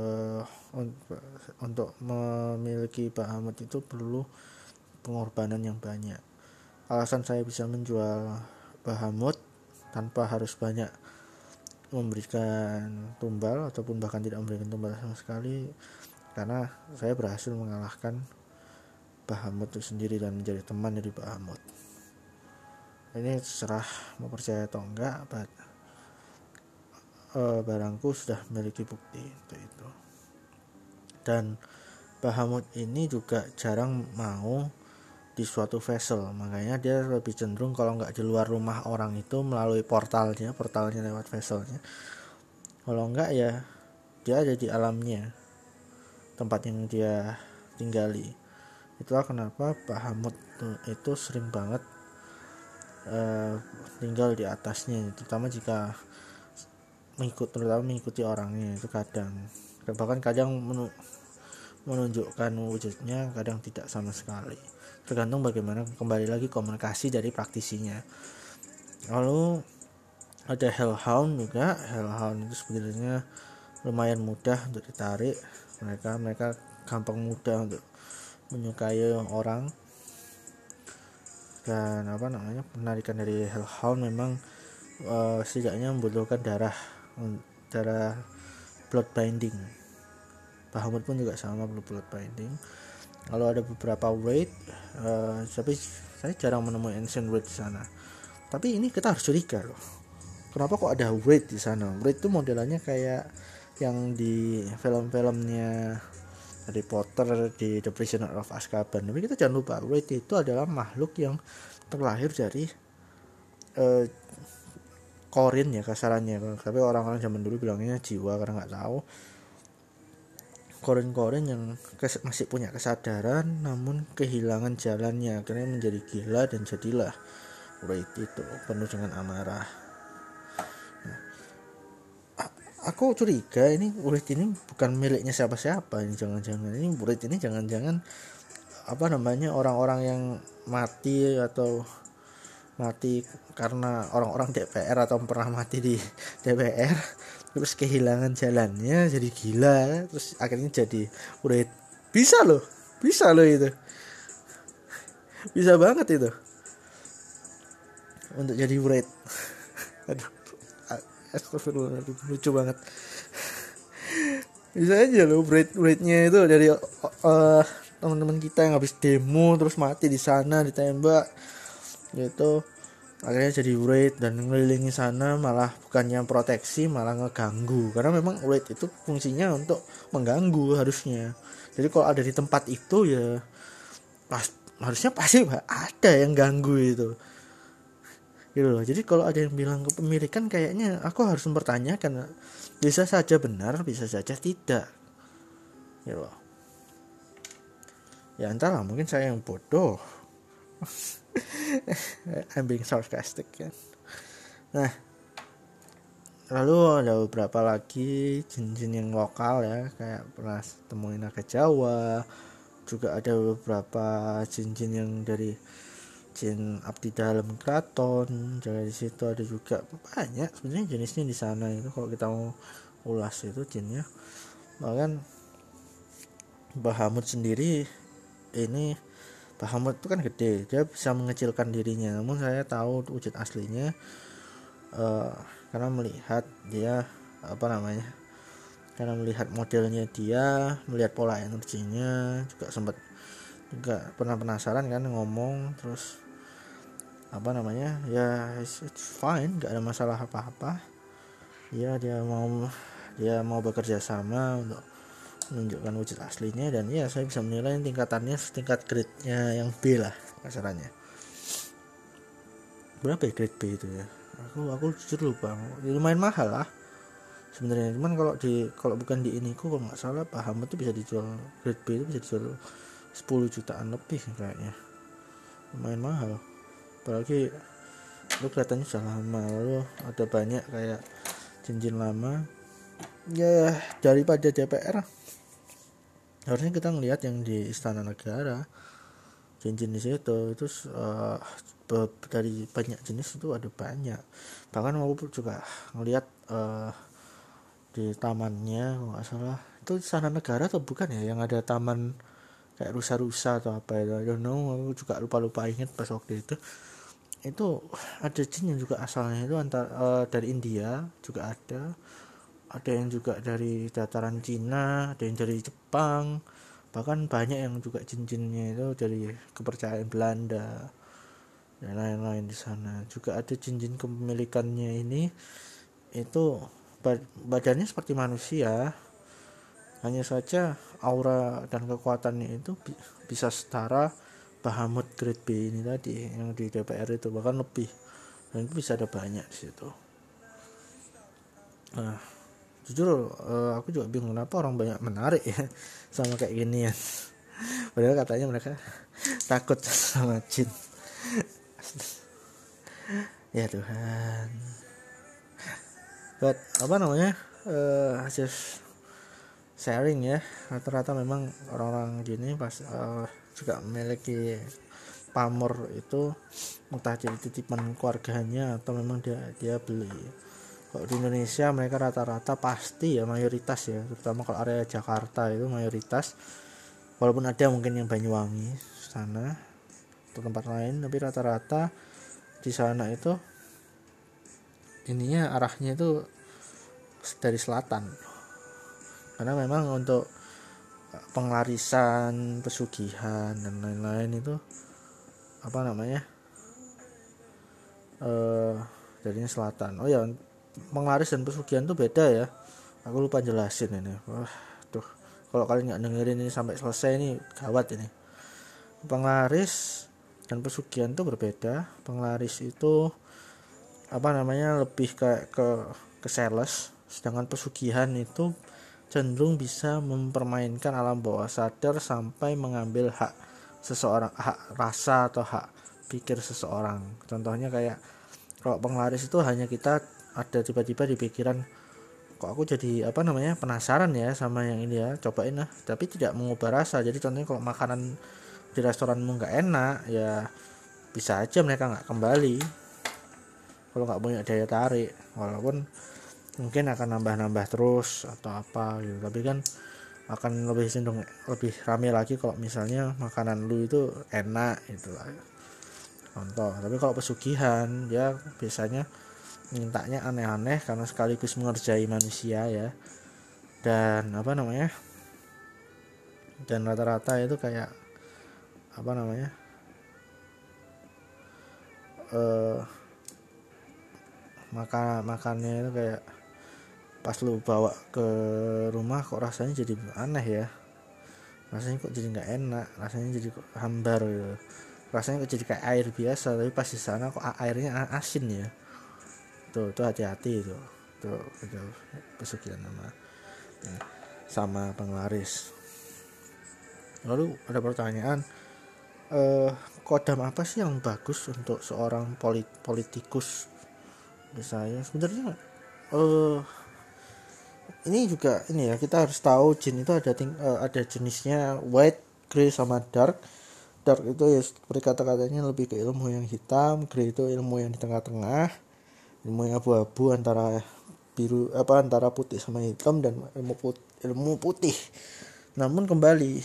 S1: untuk memiliki Bahamut itu perlu pengorbanan yang banyak. Alasan saya bisa menjual Bahamut tanpa harus banyak memberikan tumbal ataupun bahkan tidak memberikan tumbal sama sekali, karena saya berhasil mengalahkan Bahamut itu sendiri dan menjadi teman dari Bahamut. Ini terserah mau percaya atau enggak, barangku sudah memiliki bukti untuk itu. Dan Bahamut ini juga jarang mau di suatu vessel, makanya dia lebih cenderung kalau nggak di luar rumah orang itu melalui portalnya lewat vesselnya, Kalau enggak ya dia ada di alamnya, tempat yang dia tinggali. Itulah kenapa Bahamut itu sering banget tinggal di atasnya, terutama jika mengikuti orangnya. Itu bahkan kadang menunjukkan wujudnya, kadang tidak sama sekali, tergantung bagaimana kembali lagi komunikasi dari praktisinya. Lalu ada Hellhound juga. Hellhound itu sebenarnya lumayan mudah untuk ditarik. Mereka gampang mudah untuk menyukai orang. Dan penarikan dari Hellhound memang setidaknya membutuhkan darah blood binding. Bahamut pun juga sama, perlu blood binding. Lalu ada beberapa raid, tapi saya jarang menemui ancient raid di sana. Tapi ini kita harus curiga loh, kenapa kok ada raid di sana? Raid itu modelannya kayak yang di film-filmnya Harry Potter, di The Prisoner of Azkaban. Tapi kita jangan lupa, raid itu adalah makhluk yang terlahir dari korin ya kasarannya. Tapi orang-orang zaman dulu bilangnya jiwa karena nggak tahu. Korin-korin yang masih punya kesadaran namun kehilangan jalannya, akhirnya menjadi gila dan jadilah raid itu penuh dengan amarah. Aku curiga ini murid ini bukan miliknya siapa-siapa. Ini jangan-jangan ini murid ini jangan-jangan orang-orang yang mati karena orang-orang DPR atau pernah mati di DPR terus kehilangan jalannya jadi gila, terus akhirnya jadi murid. Bisa loh itu, bisa banget itu untuk jadi murid. Aduh, astagfirullahaladzim, lucu banget. Bisa aja loh raidnya itu dari teman-teman kita yang habis demo terus mati di sana ditembak gitu, akhirnya jadi raid dan ngelilingi sana, malah bukannya proteksi malah ngeganggu, karena memang raid itu fungsinya untuk mengganggu harusnya. Jadi kalau ada di tempat itu ya harusnya pasti ada yang ganggu itu gitu loh. Jadi kalau ada yang bilang kepemilikan, kayaknya aku harus mempertanyakan. Bisa saja benar, bisa saja tidak gitu loh. Ya entahlah, mungkin saya yang bodoh. I'm being sarcastic kan. Nah, lalu ada beberapa lagi jin-jin yang lokal ya, kayak pernah temuin naga Jawa. Juga ada beberapa jin-jin yang dari jin abdi dalam keraton. Dari situ ada juga banyak sebenarnya jenisnya di sana itu, kalau kita mau ulas itu jinnya. Bahkan Bahamut sendiri ini, Bahamut itu kan gede, dia bisa mengecilkan dirinya. Namun saya tahu wujud aslinya karena melihat dia karena melihat modelnya dia, melihat pola energinya, juga pernah penasaran kan, ngomong terus ya it's fine, nggak ada masalah apa-apa. Ya dia mau bekerja sama untuk menunjukkan wujud aslinya, dan ya saya bisa menilai tingkatannya tingkat grade-nya yang B lah kasarannya. Berapa ya grade B itu ya? Aku jujur lupa. Lumayan mahal lah sebenarnya. Cuman kalau bukan di ini kalau nggak salah Bahamut itu bisa dijual, grade B itu bisa dijual 10 jutaan lebih kayaknya. Lumayan mahal. Apalagi lu kelihatannya sudah lama, lalu ada banyak kayak cincin lama. Ya daripada DPR harusnya kita ngelihat yang di Istana Negara, cincin di situ itu dari banyak jenis itu ada banyak. Bahkan aku juga ngelihat di tamannya, kalau nggak salah itu Istana Negara atau bukan ya, yang ada taman kayak rusa-rusa atau apa itu, I don't know, aku juga lupa ingat pas waktu itu ada jin yang juga asalnya itu dari India juga ada yang juga dari dataran Cina, ada yang dari Jepang, bahkan banyak yang juga jin-jinnya itu dari kepercayaan Belanda dan lain-lain. Di sana juga ada jin-jin kepemilikannya ini itu badannya seperti manusia, hanya saja aura dan kekuatannya itu bisa setara Bahamut grade B ini tadi yang di DPR itu, bahkan lebih, dan itu bisa ada banyak di situ. Nah, Jujur aku juga bingung kenapa orang banyak menarik ya sama kayak gini ya. Padahal katanya mereka takut sama jin. Ya Tuhan. Buat apa namanya? Just sharing ya. Rata-rata memang orang-orang gini pas juga memiliki pamor itu, entah jadi titipan keluarganya atau memang dia beli. Kalau di Indonesia mereka rata-rata pasti ya, mayoritas ya, terutama kalau area Jakarta itu mayoritas, walaupun ada mungkin yang Banyuwangi sana atau tempat lain, tapi rata-rata di sana itu ininya arahnya itu dari selatan, karena memang untuk penglarisan, pesugihan dan lain-lain itu apa namanya jadinya selatan. Oh ya, penglaris dan pesugihan itu beda ya, aku lupa jelasin ini. Wah tuh, kalau kalian nggak dengerin ini sampai selesai ini gawat ini. Penglaris dan pesugihan itu berbeda. Penglaris itu apa namanya lebih ke sales, sedangkan pesugihan itu cenderung bisa mempermainkan alam bawah sadar sampai mengambil hak seseorang, hak rasa atau hak pikir seseorang. Contohnya kayak kalau penglaris itu hanya kita ada tiba-tiba di pikiran, kok aku jadi apa namanya penasaran ya sama yang ini ya, cobain lah, tapi tidak mengubah rasa. Jadi contohnya kalau makanan di restoranmu nggak enak ya bisa aja mereka nggak kembali kalau nggak punya daya tarik, walaupun mungkin akan nambah-nambah terus atau apa gitu. Tapi kan akan lebih cenderung lebih rame lagi kalau misalnya makanan lu itu enak gitu lah, contoh. Tapi kalau pesugihan dia biasanya mintanya aneh-aneh karena sekaligus mengerjai manusia ya, dan apa namanya, dan rata-rata itu kayak apa namanya makannya itu kayak pas lu bawa ke rumah kok rasanya jadi aneh ya, rasanya kok jadi nggak enak, rasanya jadi kok hambar gitu, rasanya kok jadi kayak air biasa, tapi pas di sana kok airnya asin ya. Tuh hati-hati tuh pesugihan sama penglaris. Lalu ada pertanyaan, kodam apa sih yang bagus untuk seorang politikus? Saya sebenarnya ini juga ini ya, kita harus tahu jin itu ada jenisnya white, grey sama dark. Dark itu ya seperti kata-katanya lebih ke ilmu yang hitam, grey itu ilmu yang di tengah-tengah, ilmu yang abu-abu antara biru antara putih sama hitam, dan ilmu putih. Namun kembali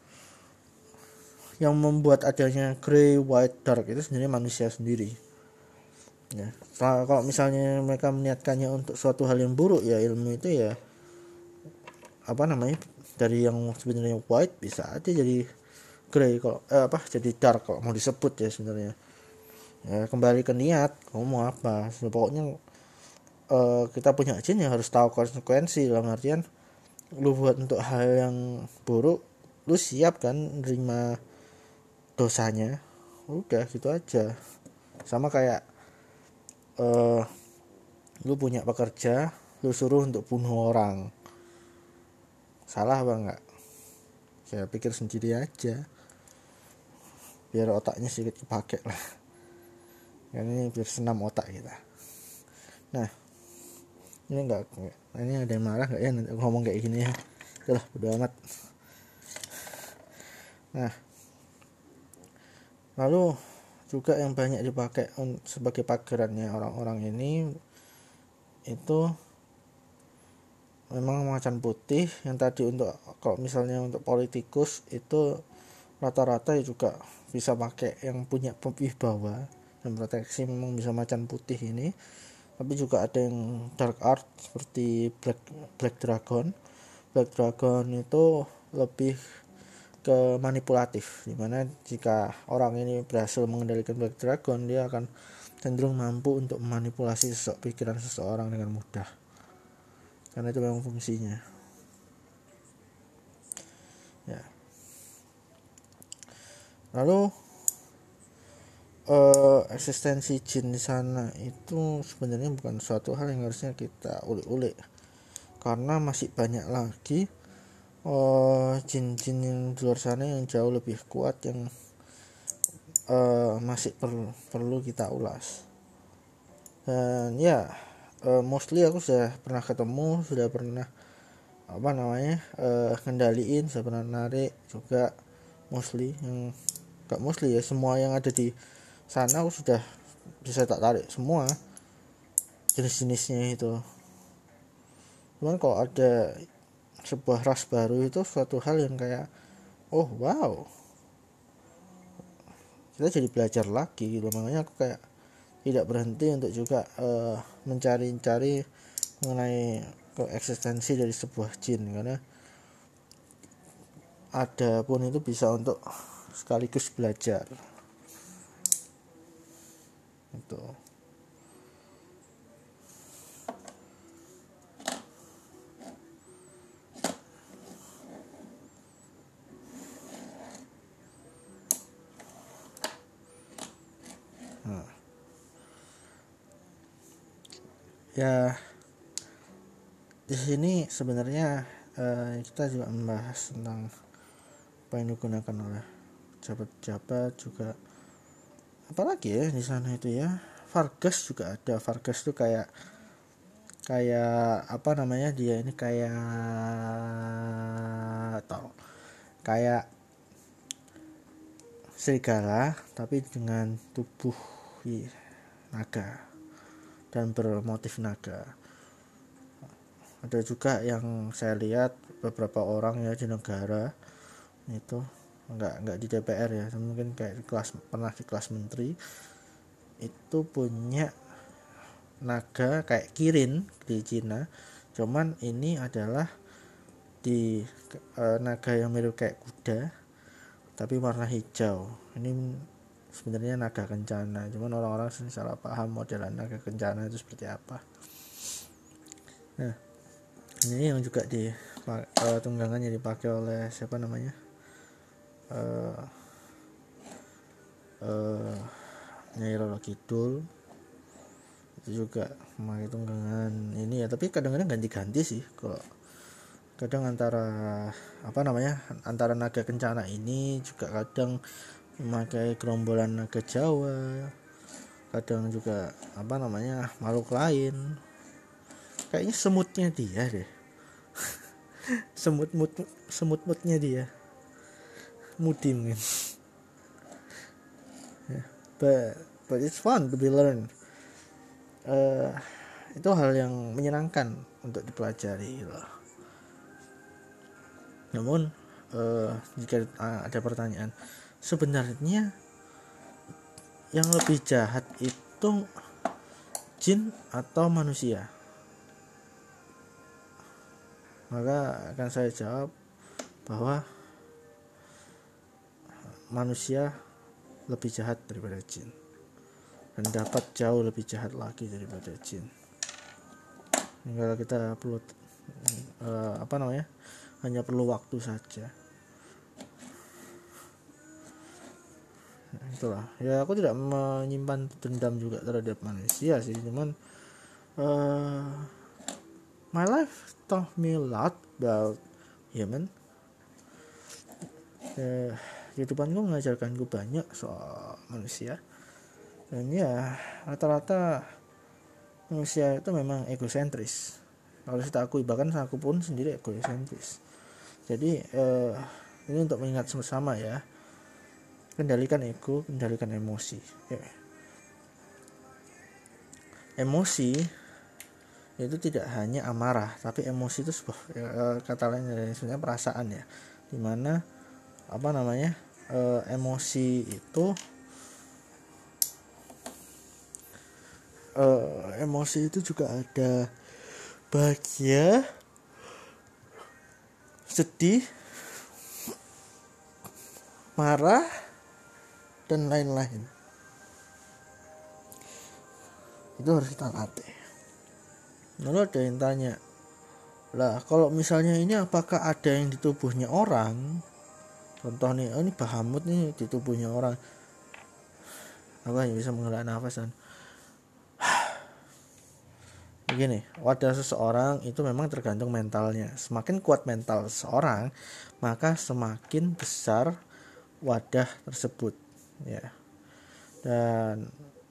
S1: yang membuat adanya grey, white, dark itu sebenarnya manusia sendiri. Ya, kalau misalnya mereka meniatkannya untuk suatu hal yang buruk ya, ilmu itu ya apa namanya dari yang sebenarnya white bisa aja jadi grey kalau jadi dark kalau mau disebut ya sebenarnya. Ya kembali ke niat, kamu mau apa. Pokoknya kita punya jin ya harus tahu konsekuensi, dalam artian lu buat untuk hal yang buruk lu siap kan nerima dosanya, udah gitu aja. Sama kayak lu punya pekerja, lu suruh untuk bunuh orang, salah apa enggak? Saya pikir sendiri aja biar otaknya sedikit dipakai lah, kan ini biar senam otak kita. Nah ini enggak, ini ada yang marah enggak ya ngomong kayak gini ya, udah bodo amat. Nah lalu juga yang banyak dipakai sebagai pagerannya orang-orang ini itu memang macan putih. Yang tadi untuk kalau misalnya untuk politikus itu rata-rata juga bisa pakai yang punya wibawa dan proteksi, memang bisa macan putih ini. Tapi juga ada yang dark art seperti black dragon. Black dragon itu lebih ke manipulatif, dimana jika orang ini berhasil mengendalikan Black Dragon, dia akan cenderung mampu untuk memanipulasi pikiran seseorang dengan mudah, karena itu memang fungsinya ya. Lalu eksistensi jin di sana itu sebenarnya bukan suatu hal yang harusnya kita ulik-ulik. karena masih banyak lagi jin-jin yang di luar sana yang jauh lebih kuat yang masih perlu kita ulas. Dan ya mostly aku sudah pernah ketemu, sudah pernah kendaliin, sudah pernah narik juga. Mostly yang gak mostly ya, semua yang ada di sana aku sudah bisa tak tarik semua jenis-jenisnya itu. Cuman kalau ada sebuah ras baru itu suatu hal yang kayak oh wow, kita jadi belajar lagi gitu. Makanya aku kayak tidak berhenti untuk juga mencari-cari mengenai eksistensi dari sebuah jin, karena ada pun itu bisa untuk sekaligus belajar itu. Ya di sini sebenarnya kita juga membahas tentang apa yang digunakan oleh pejabat-pejabat juga, apalagi ya di sana itu ya, Vargas juga ada. Vargas itu kayak apa namanya, dia ini kayak serigala tapi dengan tubuh naga dan bermotif naga. Ada juga yang saya lihat beberapa orang ya di negara itu, enggak di DPR ya, mungkin kayak pernah di kelas menteri itu punya naga kayak kirin di Cina, cuman ini adalah di naga yang mirip kayak kuda tapi warna hijau. Ini sebenarnya naga kencana, cuman orang-orang salah paham modelan naga kencana itu seperti apa. Nah, ini yang juga di tunggangannya dipakai oleh siapa namanya, Nyai Roro Kidul itu juga memakai tunggangan ini ya, tapi kadang-kadang ganti-ganti sih. Kalau kadang antara naga kencana ini juga kadang memakai gerombolan naga Jawa, kadang juga makhluk lain. Kayaknya semutnya dia deh. semutnya dia Mudim kan. But it's fun to be learned. Itu hal yang menyenangkan untuk dipelajari loh. Namun jika ada pertanyaan, sebenarnya yang lebih jahat itu jin atau manusia, maka akan saya jawab bahwa manusia lebih jahat daripada jin, dan dapat jauh lebih jahat lagi daripada jin. Kalau kita perlu hanya perlu waktu saja. Itulah ya, aku tidak menyimpan dendam juga terhadap manusia sih, cuman my life taught me a lot about human. Kehidupanku mengajarkanku banyak soal manusia, dan ya rata-rata manusia itu memang egosentris. Kalau kita akui, bahkan aku pun sendiri egosentris. Jadi ini untuk mengingat sama-sama ya, kendalikan ego, kendalikan emosi. Emosi itu tidak hanya amarah, tapi emosi itu sebuah kata lain dari sebenarnya perasaan ya, dimana emosi itu juga ada bahagia, sedih, marah, dan lain-lain. Itu harus kita latih. Lalu ada yang tanya, lah kalau misalnya ini apakah ada yang di tubuhnya orang? Contoh nih, ini Bahamut nih di tubuhnya orang, apa yang bisa menghela nafasan? begini, wadah seseorang itu memang tergantung mentalnya. Semakin kuat mental seseorang, maka semakin besar wadah tersebut, ya. Dan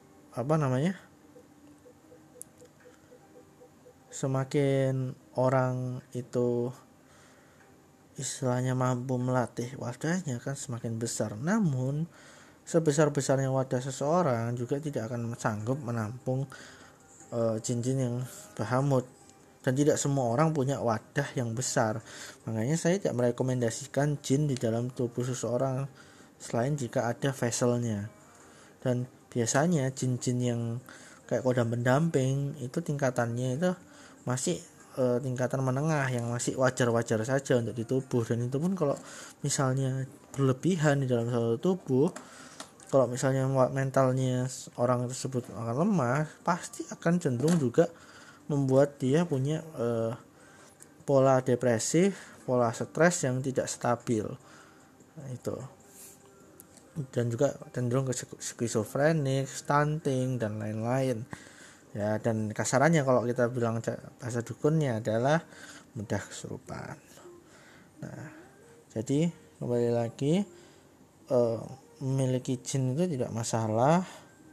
S1: semakin orang itu istilahnya mampu melatih wadahnya kan semakin besar. Namun sebesar-besarnya wadah seseorang juga tidak akan sanggup menampung jin-jin yang bahamut, dan tidak semua orang punya wadah yang besar. Makanya saya tidak merekomendasikan jin di dalam tubuh seseorang selain jika ada vesselnya. Dan biasanya jin-jin yang kayak kodam pendamping itu tingkatannya itu masih tingkatan menengah yang masih wajar-wajar saja untuk di tubuh. Dan itu pun kalau misalnya berlebihan di dalam satu tubuh, kalau misalnya mentalnya orang tersebut akan lemah, pasti akan cenderung juga membuat dia punya pola depresif, pola stres yang tidak stabil. Nah, itu. Dan juga cenderung ke skizofrenik, stunting dan lain-lain. Ya, dan kasarannya kalau kita bilang bahasa dukunnya adalah mudah kesurupan. Nah, jadi kembali lagi memiliki jin itu tidak masalah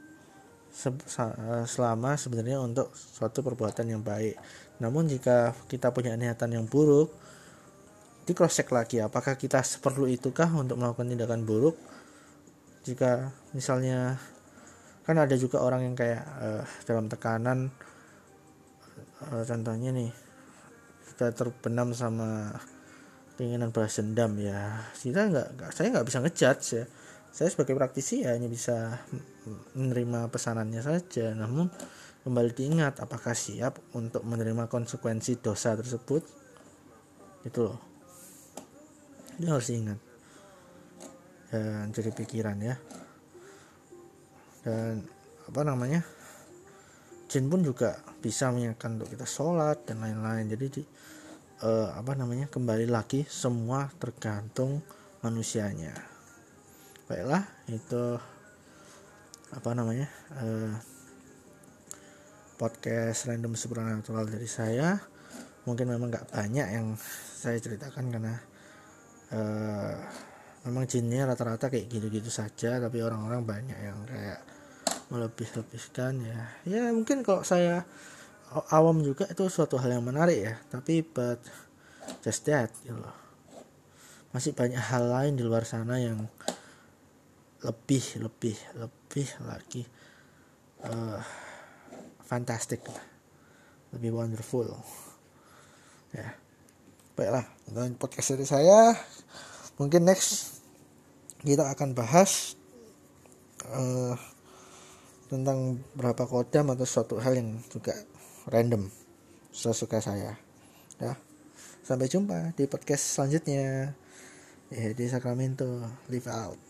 S1: selama sebenarnya untuk suatu perbuatan yang baik. Namun jika kita punya niatan yang buruk, di cross check lagi apakah kita seperlu itukah untuk melakukan tindakan buruk. Jika misalnya kan ada juga orang yang kayak dalam tekanan, contohnya nih sudah terbenam sama keinginan balas dendam, ya saya nggak bisa ngejudge ya. Saya sebagai praktisi ya hanya bisa menerima pesanannya saja. Namun kembali diingat, apakah siap untuk menerima konsekuensi dosa tersebut? Itu loh, ini harus diingat dan jadi pikiran ya. Dan jin pun juga bisa mengingatkan untuk kita sholat dan lain-lain. Jadi kembali lagi semua tergantung manusianya. Baiklah, itu podcast random supernatural dari saya. Mungkin memang gak banyak yang saya ceritakan karena memang jinnya rata-rata kayak gitu-gitu saja, tapi orang-orang banyak yang kayak melebih-lebihkan ya mungkin kalau saya awam juga itu suatu hal yang menarik ya, tapi but just that gitu loh. Masih banyak hal lain di luar sana yang lebih lagi fantastic, lebih wonderful ya. Baiklah, untuk podcast dari saya, mungkin next kita akan bahas tentang berapa kodam atau suatu hal yang juga random sesuka saya ya. Sampai jumpa di podcast selanjutnya. Di Sacramento, live out.